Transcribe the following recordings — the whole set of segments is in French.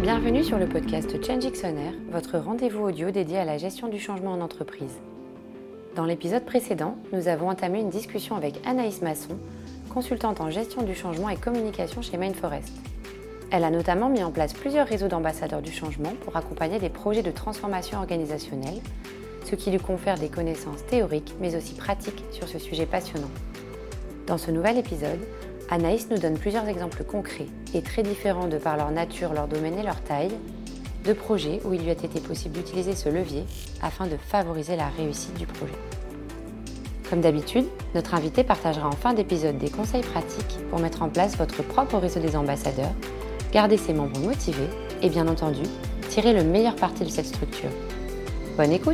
Bienvenue sur le podcast ChangeXonair, votre rendez-vous audio dédié à la gestion du changement en entreprise. Dans l'épisode précédent, nous avons entamé une discussion avec Anaïs Masson, consultante en gestion du changement et communication chez Mindforest. Elle a notamment mis en place plusieurs réseaux d'ambassadeurs du changement pour accompagner des projets de transformation organisationnelle, ce qui lui confère des connaissances théoriques mais aussi pratiques sur ce sujet passionnant. Dans ce nouvel épisode, Anaïs nous donne plusieurs exemples concrets et très différents de par leur nature, leur domaine et leur taille, de projets où il lui a été possible d'utiliser ce levier afin de favoriser la réussite du projet. Comme d'habitude, notre invité partagera en fin d'épisode des conseils pratiques pour mettre en place votre propre réseau des ambassadeurs, garder ses membres motivés et bien entendu, tirer le meilleur parti de cette structure. Bonne écoute!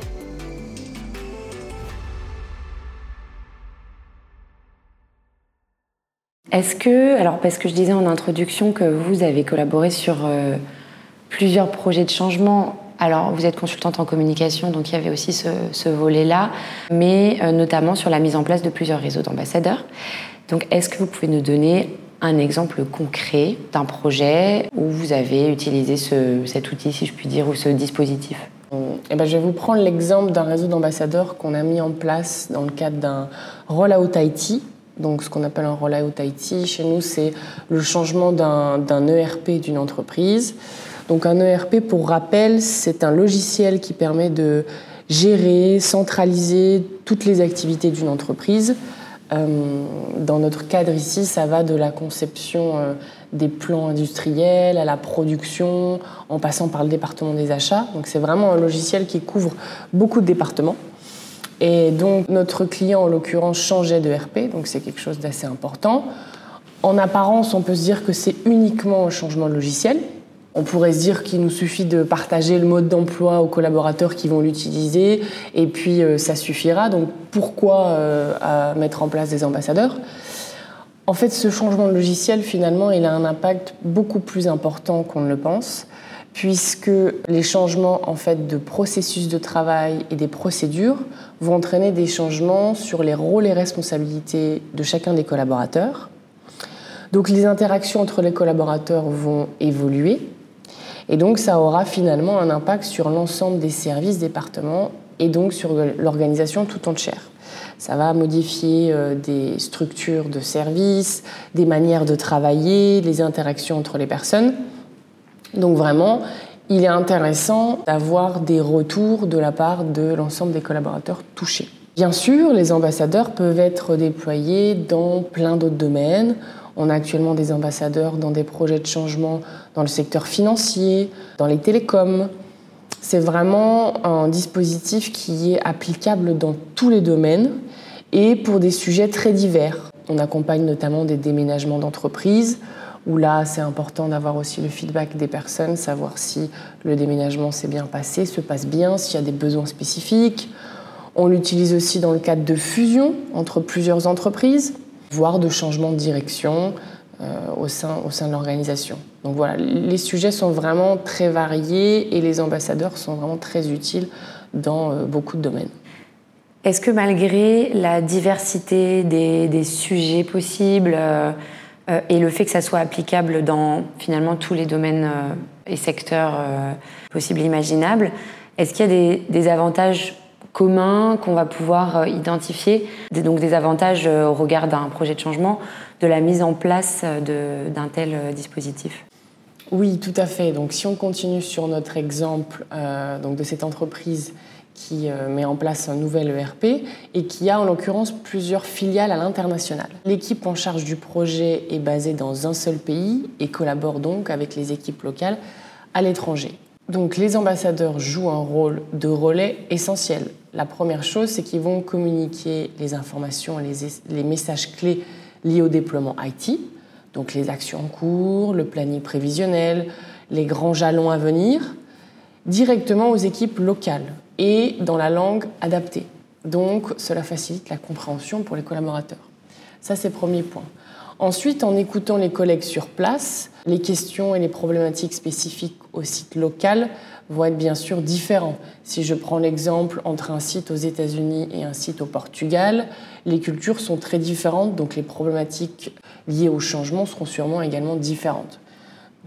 Est-ce que, parce que je disais en introduction que vous avez collaboré sur plusieurs projets de changement, alors vous êtes consultante en communication, donc il y avait aussi ce volet-là, mais notamment sur la mise en place de plusieurs réseaux d'ambassadeurs. Donc est-ce que vous pouvez nous donner un exemple concret d'un projet où vous avez utilisé cet outil, si je puis dire, ou ce dispositif ? Je vais vous prendre l'exemple d'un réseau d'ambassadeurs qu'on a mis en place dans le cadre d'un rollout IT. Donc, ce qu'on appelle un rollout IT, chez nous, c'est le changement d'un ERP d'une entreprise. Donc, un ERP, pour rappel, c'est un logiciel qui permet de gérer, centraliser toutes les activités d'une entreprise. Dans notre cadre ici, ça va de la conception des plans industriels à la production, en passant par le département des achats. Donc, c'est vraiment un logiciel qui couvre beaucoup de départements. Et donc, notre client, en l'occurrence, changeait de RP, donc c'est quelque chose d'assez important. En apparence, on peut se dire que c'est uniquement un changement de logiciel. On pourrait se dire qu'il nous suffit de partager le mode d'emploi aux collaborateurs qui vont l'utiliser, et puis ça suffira. Donc, pourquoi mettre en place des ambassadeurs ? En fait, ce changement de logiciel, finalement, il a un impact beaucoup plus important qu'on ne le pense, puisque les changements en fait, de processus de travail et des procédures vont entraîner des changements sur les rôles et responsabilités de chacun des collaborateurs. Donc les interactions entre les collaborateurs vont évoluer et donc ça aura finalement un impact sur l'ensemble des services, départements et donc sur l'organisation tout entière. Ça va modifier des structures de services, des manières de travailler, les interactions entre les personnes. Donc vraiment, il est intéressant d'avoir des retours de la part de l'ensemble des collaborateurs touchés. Bien sûr, les ambassadeurs peuvent être déployés dans plein d'autres domaines. On a actuellement des ambassadeurs dans des projets de changement dans le secteur financier, dans les télécoms. C'est vraiment un dispositif qui est applicable dans tous les domaines et pour des sujets très divers. On accompagne notamment des déménagements d'entreprises, où là, c'est important d'avoir aussi le feedback des personnes, savoir si le déménagement s'est bien passé, se passe bien, s'il y a des besoins spécifiques. On l'utilise aussi dans le cadre de fusion entre plusieurs entreprises, voire de changement de direction au sein de l'organisation. Donc voilà, les sujets sont vraiment très variés et les ambassadeurs sont vraiment très utiles dans beaucoup de domaines. Est-ce que malgré la diversité des sujets possibles et le fait que ça soit applicable dans finalement tous les domaines et secteurs possibles et imaginables, est-ce qu'il y a des avantages communs qu'on va pouvoir identifier, donc des avantages au regard d'un projet de changement, de la mise en place d'un tel dispositif ? Oui, tout à fait. Donc si on continue sur notre exemple donc de cette entreprise qui met en place un nouvel ERP et qui a en l'occurrence plusieurs filiales à l'international. L'équipe en charge du projet est basée dans un seul pays et collabore donc avec les équipes locales à l'étranger. Donc les ambassadeurs jouent un rôle de relais essentiel. La première chose, c'est qu'ils vont communiquer les informations, les messages clés liés au déploiement IT, donc les actions en cours, le planning prévisionnel, les grands jalons à venir, directement aux équipes locales et dans la langue adaptée. Donc, cela facilite la compréhension pour les collaborateurs. Ça, c'est le premier point. Ensuite, en écoutant les collègues sur place, les questions et les problématiques spécifiques au site local vont être bien sûr différents. Si je prends l'exemple entre un site aux États-Unis et un site au Portugal, les cultures sont très différentes, donc les problématiques liées au changement seront sûrement également différentes.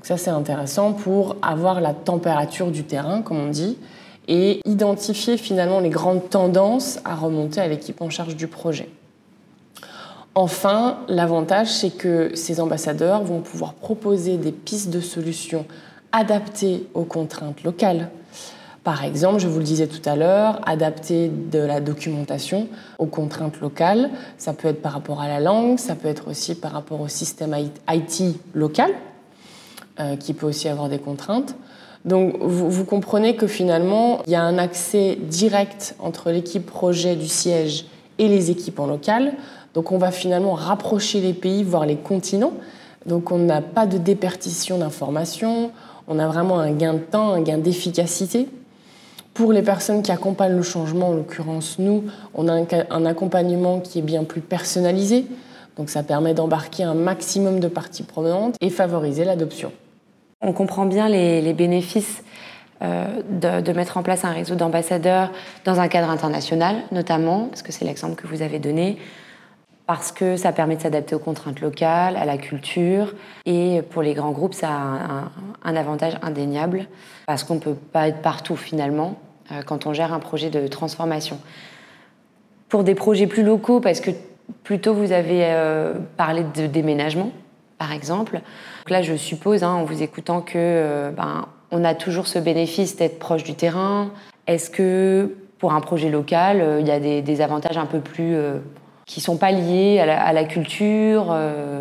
Donc ça, c'est intéressant pour avoir la température du terrain, comme on dit, et identifier finalement les grandes tendances à remonter à l'équipe en charge du projet. Enfin, l'avantage, c'est que ces ambassadeurs vont pouvoir proposer des pistes de solutions adaptées aux contraintes locales. Par exemple, je vous le disais tout à l'heure, adapter de la documentation aux contraintes locales. Ça peut être par rapport à la langue, ça peut être aussi par rapport au système IT local, qui peut aussi avoir des contraintes. Donc, vous comprenez que finalement, il y a un accès direct entre l'équipe projet du siège et les équipes en local. Donc, on va finalement rapprocher les pays, voire les continents. Donc, on n'a pas de déperdition d'informations. On a vraiment un gain de temps, un gain d'efficacité. Pour les personnes qui accompagnent le changement, en l'occurrence nous, on a un accompagnement qui est bien plus personnalisé. Donc ça permet d'embarquer un maximum de parties prenantes et favoriser l'adoption. On comprend bien les bénéfices de mettre en place un réseau d'ambassadeurs dans un cadre international, notamment, parce que c'est l'exemple que vous avez donné, parce que ça permet de s'adapter aux contraintes locales, à la culture. Et pour les grands groupes, ça a un avantage indéniable, parce qu'on ne peut pas être partout finalement quand on gère un projet de transformation. Pour des projets plus locaux, parce que plutôt vous avez parlé de déménagement, par exemple. Donc là, je suppose, en vous écoutant, que on a toujours ce bénéfice d'être proche du terrain. Est-ce que pour un projet local, il y a des avantages un peu plus qui ne sont pas liés à la culture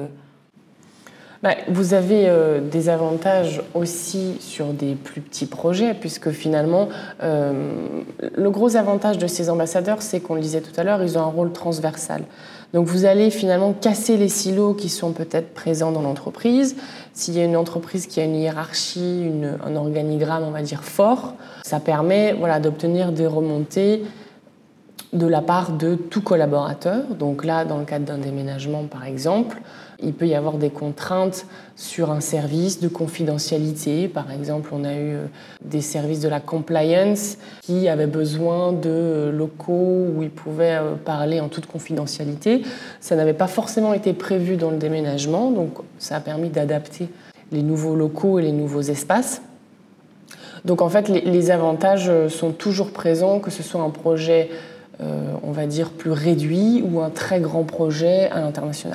Vous avez des avantages aussi sur des plus petits projets, puisque finalement, le gros avantage de ces ambassadeurs, c'est qu'on le disait tout à l'heure, ils ont un rôle transversal. Donc vous allez finalement casser les silos qui sont peut-être présents dans l'entreprise. S'il y a une entreprise qui a une hiérarchie, un organigramme, on va dire, fort, ça permet d'obtenir des remontées de la part de tout collaborateur. Donc là, dans le cadre d'un déménagement, par exemple, il peut y avoir des contraintes sur un service de confidentialité. Par exemple, on a eu des services de la compliance qui avaient besoin de locaux où ils pouvaient parler en toute confidentialité. Ça n'avait pas forcément été prévu dans le déménagement, donc ça a permis d'adapter les nouveaux locaux et les nouveaux espaces. Donc en fait, les avantages sont toujours présents, que ce soit un projet on va dire plus réduit ou un très grand projet à l'international.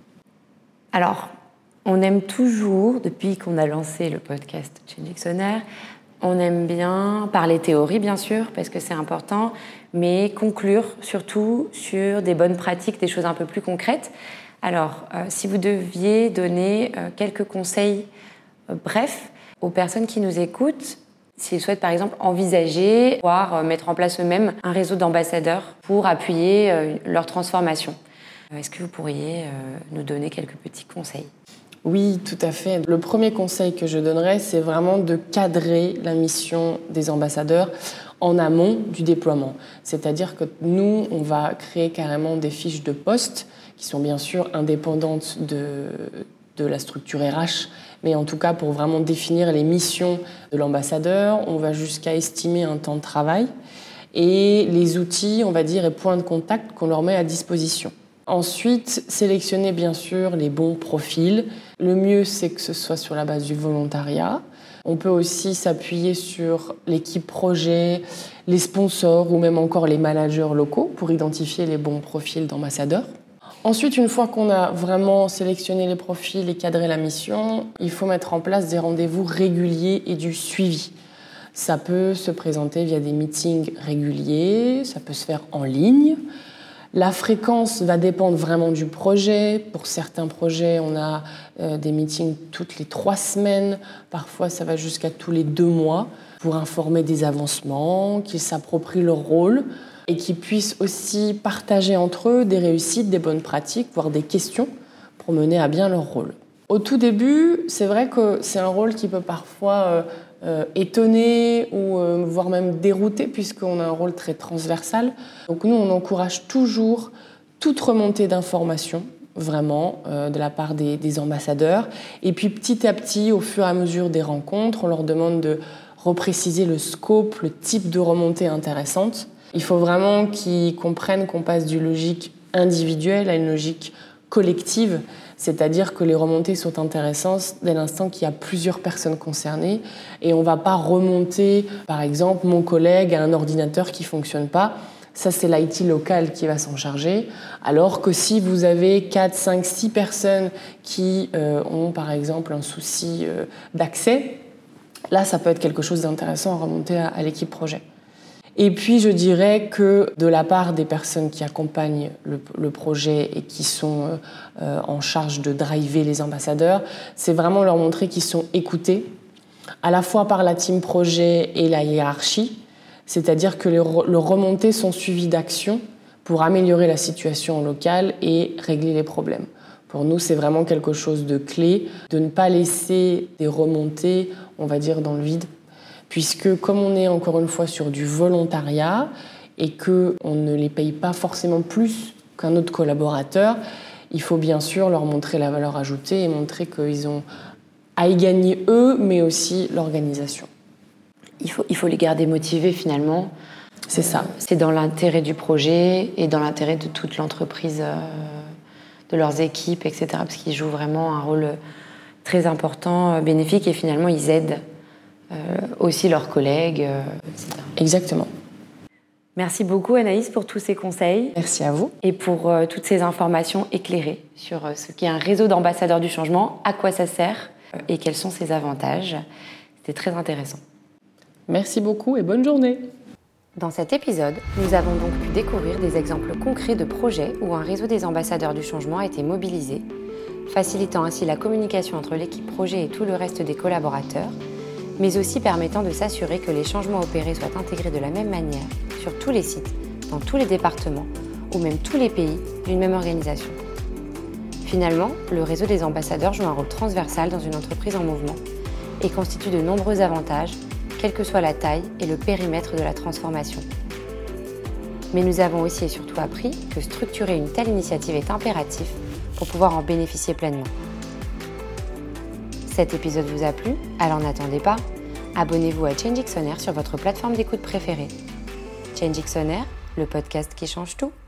Alors, on aime toujours, depuis qu'on a lancé le podcast Changix On Air, on aime bien parler théorie, bien sûr, parce que c'est important, mais conclure surtout sur des bonnes pratiques, des choses un peu plus concrètes. Alors, si vous deviez donner quelques conseils brefs aux personnes qui nous écoutent, s'ils souhaitent par exemple envisager, voire mettre en place eux-mêmes un réseau d'ambassadeurs pour appuyer leur transformation. Est-ce que vous pourriez nous donner quelques petits conseils ? Oui, tout à fait. Le premier conseil que je donnerais, c'est vraiment de cadrer la mission des ambassadeurs en amont du déploiement. C'est-à-dire que nous, on va créer carrément des fiches de poste qui sont bien sûr indépendantes de la structure RH, mais en tout cas pour vraiment définir les missions de l'ambassadeur, on va jusqu'à estimer un temps de travail et les outils, on va dire, et points de contact qu'on leur met à disposition. Ensuite, sélectionner bien sûr les bons profils. Le mieux, c'est que ce soit sur la base du volontariat. On peut aussi s'appuyer sur l'équipe projet, les sponsors ou même encore les managers locaux pour identifier les bons profils d'ambassadeurs. Ensuite, une fois qu'on a vraiment sélectionné les profils et cadré la mission, il faut mettre en place des rendez-vous réguliers et du suivi. Ça peut se présenter via des meetings réguliers, ça peut se faire en ligne. La fréquence va dépendre vraiment du projet. Pour certains projets, on a des meetings toutes les 3 semaines. Parfois, ça va jusqu'à tous les 2 mois pour informer des avancements, qu'ils s'approprient leur rôle et qu'ils puissent aussi partager entre eux des réussites, des bonnes pratiques, voire des questions pour mener à bien leur rôle. Au tout début, c'est vrai que c'est un rôle qui peut parfois étonner ou voire même dérouter puisqu'on a un rôle très transversal. Donc nous, on encourage toujours toute remontée d'informations, vraiment, de la part des ambassadeurs. Et puis petit à petit, au fur et à mesure des rencontres, on leur demande de repréciser le scope, le type de remontée intéressante. Il faut vraiment qu'ils comprennent qu'on passe d'une logique individuelle à une logique collective, c'est-à-dire que les remontées sont intéressantes dès l'instant qu'il y a plusieurs personnes concernées et on ne va pas remonter, par exemple, mon collègue a un ordinateur qui ne fonctionne pas. Ça, c'est l'IT local qui va s'en charger. Alors que si vous avez 4, 5, 6 personnes qui ont, par exemple, un souci d'accès, là, ça peut être quelque chose d'intéressant à remonter à l'équipe projet. Et puis, je dirais que de la part des personnes qui accompagnent le projet et qui sont en charge de driver les ambassadeurs, c'est vraiment leur montrer qu'ils sont écoutés, à la fois par la team projet et la hiérarchie, c'est-à-dire que les remontées sont suivies d'actions pour améliorer la situation locale et régler les problèmes. Pour nous, c'est vraiment quelque chose de clé, de ne pas laisser des remontées, on va dire, dans le vide, puisque comme on est encore une fois sur du volontariat et qu'on ne les paye pas forcément plus qu'un autre collaborateur, il faut bien sûr leur montrer la valeur ajoutée et montrer qu'ils ont à y gagner eux, mais aussi l'organisation. Il faut les garder motivés finalement. C'est ça. C'est dans l'intérêt du projet et dans l'intérêt de toute l'entreprise, de leurs équipes, etc. Parce qu'ils jouent vraiment un rôle très important, bénéfique, et finalement ils aident aussi leurs collègues, etc. Exactement. Merci beaucoup Anaïs pour tous ces conseils. Merci à vous. Et pour toutes ces informations éclairées sur ce qu'est un réseau d'ambassadeurs du changement, à quoi ça sert et quels sont ses avantages. C'était très intéressant. Merci beaucoup et bonne journée. Dans cet épisode, nous avons donc pu découvrir des exemples concrets de projets où un réseau des ambassadeurs du changement a été mobilisé, facilitant ainsi la communication entre l'équipe projet et tout le reste des collaborateurs, mais aussi permettant de s'assurer que les changements opérés soient intégrés de la même manière sur tous les sites, dans tous les départements ou même tous les pays d'une même organisation. Finalement, le réseau des ambassadeurs joue un rôle transversal dans une entreprise en mouvement et constitue de nombreux avantages, quelle que soit la taille et le périmètre de la transformation. Mais nous avons aussi et surtout appris que structurer une telle initiative est impératif pour pouvoir en bénéficier pleinement. Cet épisode vous a plu? Alors n'attendez pas, abonnez-vous à Change X On Air sur votre plateforme d'écoute préférée. Change X On Air, le podcast qui change tout.